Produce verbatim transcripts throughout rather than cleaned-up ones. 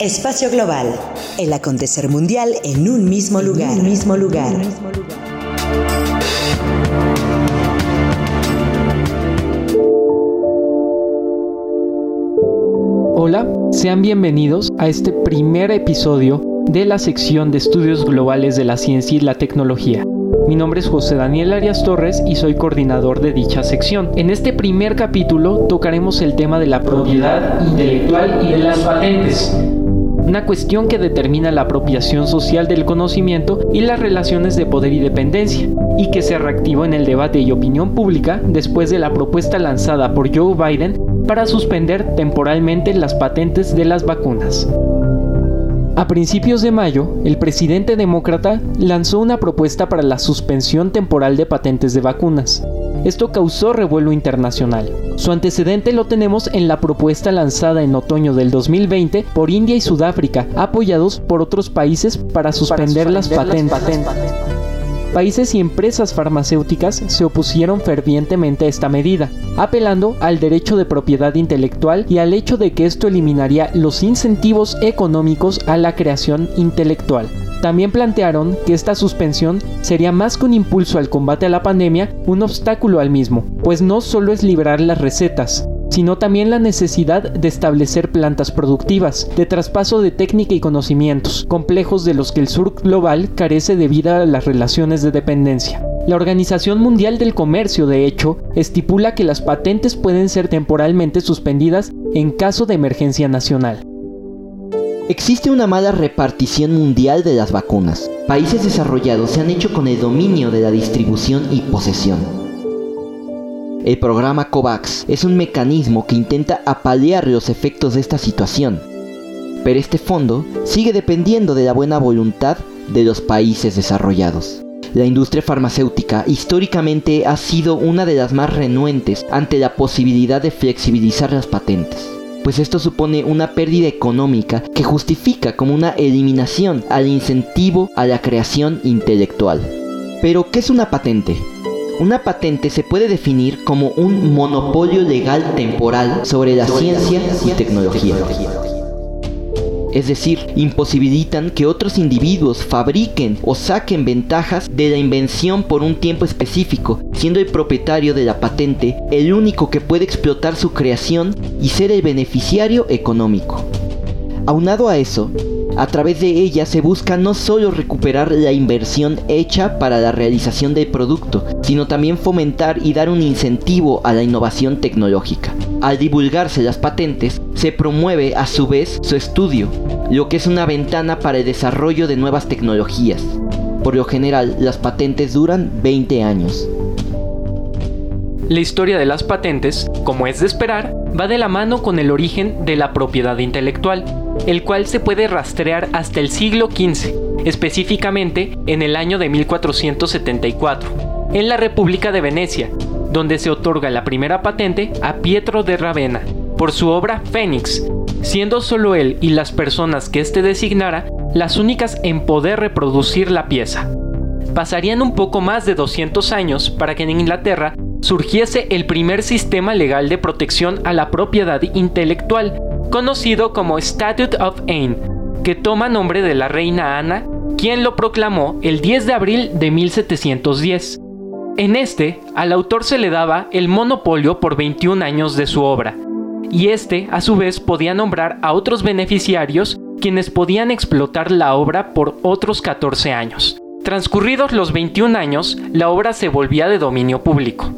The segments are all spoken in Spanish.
Espacio Global, el acontecer mundial en un mismo lugar. Un mismo lugar. Hola, sean bienvenidos a este primer episodio de la sección de estudios globales de la ciencia y la tecnología. Mi nombre es José Daniel Arias Torres y soy coordinador de dicha sección. En este primer capítulo tocaremos el tema de la propiedad intelectual y de las patentes, una cuestión que determina la apropiación social del conocimiento y las relaciones de poder y dependencia, y que se reactivó en el debate y opinión pública después de la propuesta lanzada por Joe Biden para suspender temporalmente las patentes de las vacunas. A principios de mayo, el presidente demócrata lanzó una propuesta para la suspensión temporal de patentes de vacunas. Esto causó revuelo internacional. Su antecedente lo tenemos en la propuesta lanzada en otoño del dos mil veinte por India y Sudáfrica, apoyados por otros países para suspender, para suspender las, patentes. las patentes. Países y empresas farmacéuticas se opusieron fervientemente a esta medida, apelando al derecho de propiedad intelectual y al hecho de que esto eliminaría los incentivos económicos a la creación intelectual. También plantearon que esta suspensión sería más que un impulso al combate a la pandemia, un obstáculo al mismo, pues no solo es liberar las recetas, sino también la necesidad de establecer plantas productivas, de traspaso de técnica y conocimientos, complejos de los que el sur global carece debido a las relaciones de dependencia. La Organización Mundial del Comercio, de hecho, estipula que las patentes pueden ser temporalmente suspendidas en caso de emergencia nacional. Existe una mala repartición mundial de las vacunas. Países desarrollados se han hecho con el dominio de la distribución y posesión. El programa COVAX es un mecanismo que intenta apalear los efectos de esta situación, pero este fondo sigue dependiendo de la buena voluntad de los países desarrollados. La industria farmacéutica históricamente ha sido una de las más renuentes ante la posibilidad de flexibilizar las patentes, pues esto supone una pérdida económica que justifica como una eliminación al incentivo a la creación intelectual. Pero, ¿qué es una patente? Una patente se puede definir como un monopolio legal temporal sobre la ciencia y tecnología. Es decir, imposibilitan que otros individuos fabriquen o saquen ventajas de la invención por un tiempo específico, siendo el propietario de la patente el único que puede explotar su creación y ser el beneficiario económico. Aunado a eso, a través de ella se busca no solo recuperar la inversión hecha para la realización del producto, sino también fomentar y dar un incentivo a la innovación tecnológica. Al divulgarse las patentes, se promueve a su vez su estudio, lo que es una ventana para el desarrollo de nuevas tecnologías. Por lo general, las patentes duran veinte años. La historia de las patentes, como es de esperar, va de la mano con el origen de la propiedad intelectual, el cual se puede rastrear hasta el siglo quince, específicamente en el año de mil cuatrocientos setenta y cuatro, en la República de Venecia, donde se otorga la primera patente a Pietro de Ravenna por su obra Fénix, siendo solo él y las personas que éste designara las únicas en poder reproducir la pieza. Pasarían un poco más de doscientos años para que en Inglaterra surgiese el primer sistema legal de protección a la propiedad intelectual, conocido como Statute of Anne, que toma nombre de la reina Ana, quien lo proclamó el diez de abril de mil setecientos diez. En este, al autor se le daba el monopolio por veintiún años de su obra, y este, a su vez, podía nombrar a otros beneficiarios, quienes podían explotar la obra por otros catorce años. Transcurridos los veintiún años, la obra se volvía de dominio público.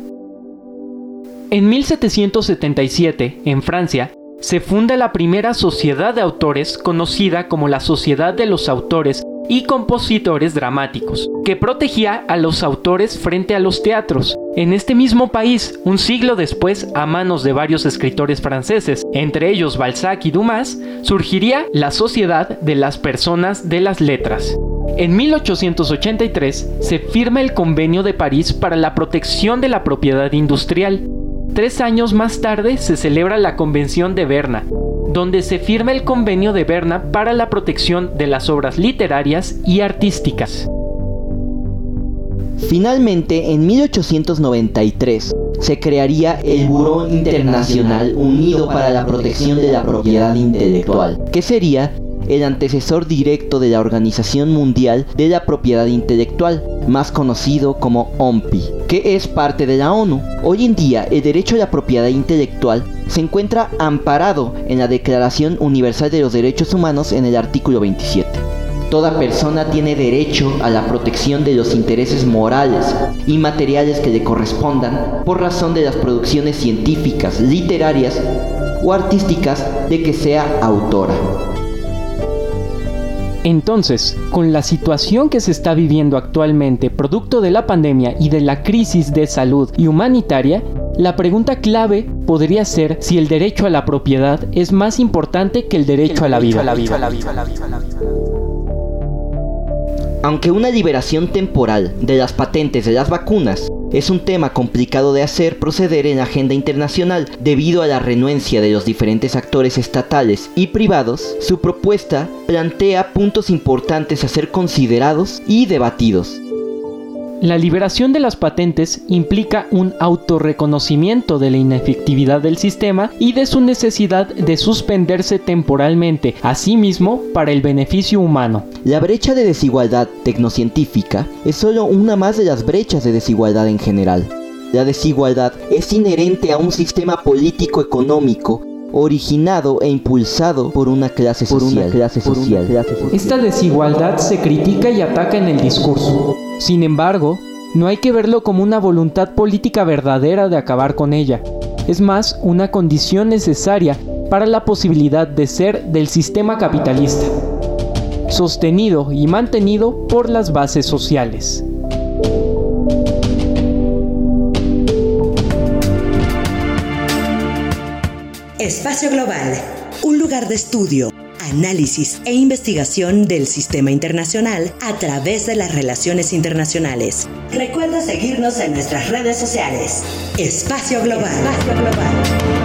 En mil setecientos setenta y siete, en Francia, se funda la primera sociedad de autores conocida como la Sociedad de los Autores y Compositores Dramáticos, que protegía a los autores frente a los teatros. En este mismo país, un siglo después, a manos de varios escritores franceses, entre ellos Balzac y Dumas, surgiría la Sociedad de las Personas de las Letras. En mil ochocientos ochenta y tres se firma el Convenio de París para la protección de la propiedad industrial. Tres años más tarde se celebra la Convención de Berna, donde se firma el Convenio de Berna para la protección de las obras literarias y artísticas. Finalmente, en mil ochocientos noventa y tres, se crearía el Buró Internacional Unido para la Protección de la Propiedad Intelectual, que sería el antecesor directo de la Organización Mundial de la Propiedad Intelectual, más conocido como O M P I, que es parte de la ONU. Hoy en día, el derecho a la propiedad intelectual se encuentra amparado en la Declaración Universal de los Derechos Humanos en el artículo veintisiete. Toda persona tiene derecho a la protección de los intereses morales y materiales que le correspondan por razón de las producciones científicas, literarias o artísticas de que sea autora. Entonces, con la situación que se está viviendo actualmente producto de la pandemia y de la crisis de salud y humanitaria, la pregunta clave podría ser si el derecho a la propiedad es más importante que el derecho a la vida. Aunque una liberación temporal de las patentes de las vacunas es un tema complicado de hacer proceder en la agenda internacional debido a la renuencia de los diferentes actores estatales y privados, su propuesta plantea puntos importantes a ser considerados y debatidos. La liberación de las patentes implica un autorreconocimiento de la inefectividad del sistema y de su necesidad de suspenderse temporalmente a sí mismo para el beneficio humano. La brecha de desigualdad tecnocientífica es solo una más de las brechas de desigualdad en general. La desigualdad es inherente a un sistema político-económico originado e impulsado por una clase social. Por una clase social. Esta desigualdad se critica y ataca en el discurso. Sin embargo, no hay que verlo como una voluntad política verdadera de acabar con ella. Es más, una condición necesaria para la posibilidad de ser del sistema capitalista, sostenido y mantenido por las bases sociales. Espacio Global, un lugar de estudio, análisis e investigación del sistema internacional a través de las relaciones internacionales. Recuerda seguirnos en nuestras redes sociales. Espacio Global. Espacio Global.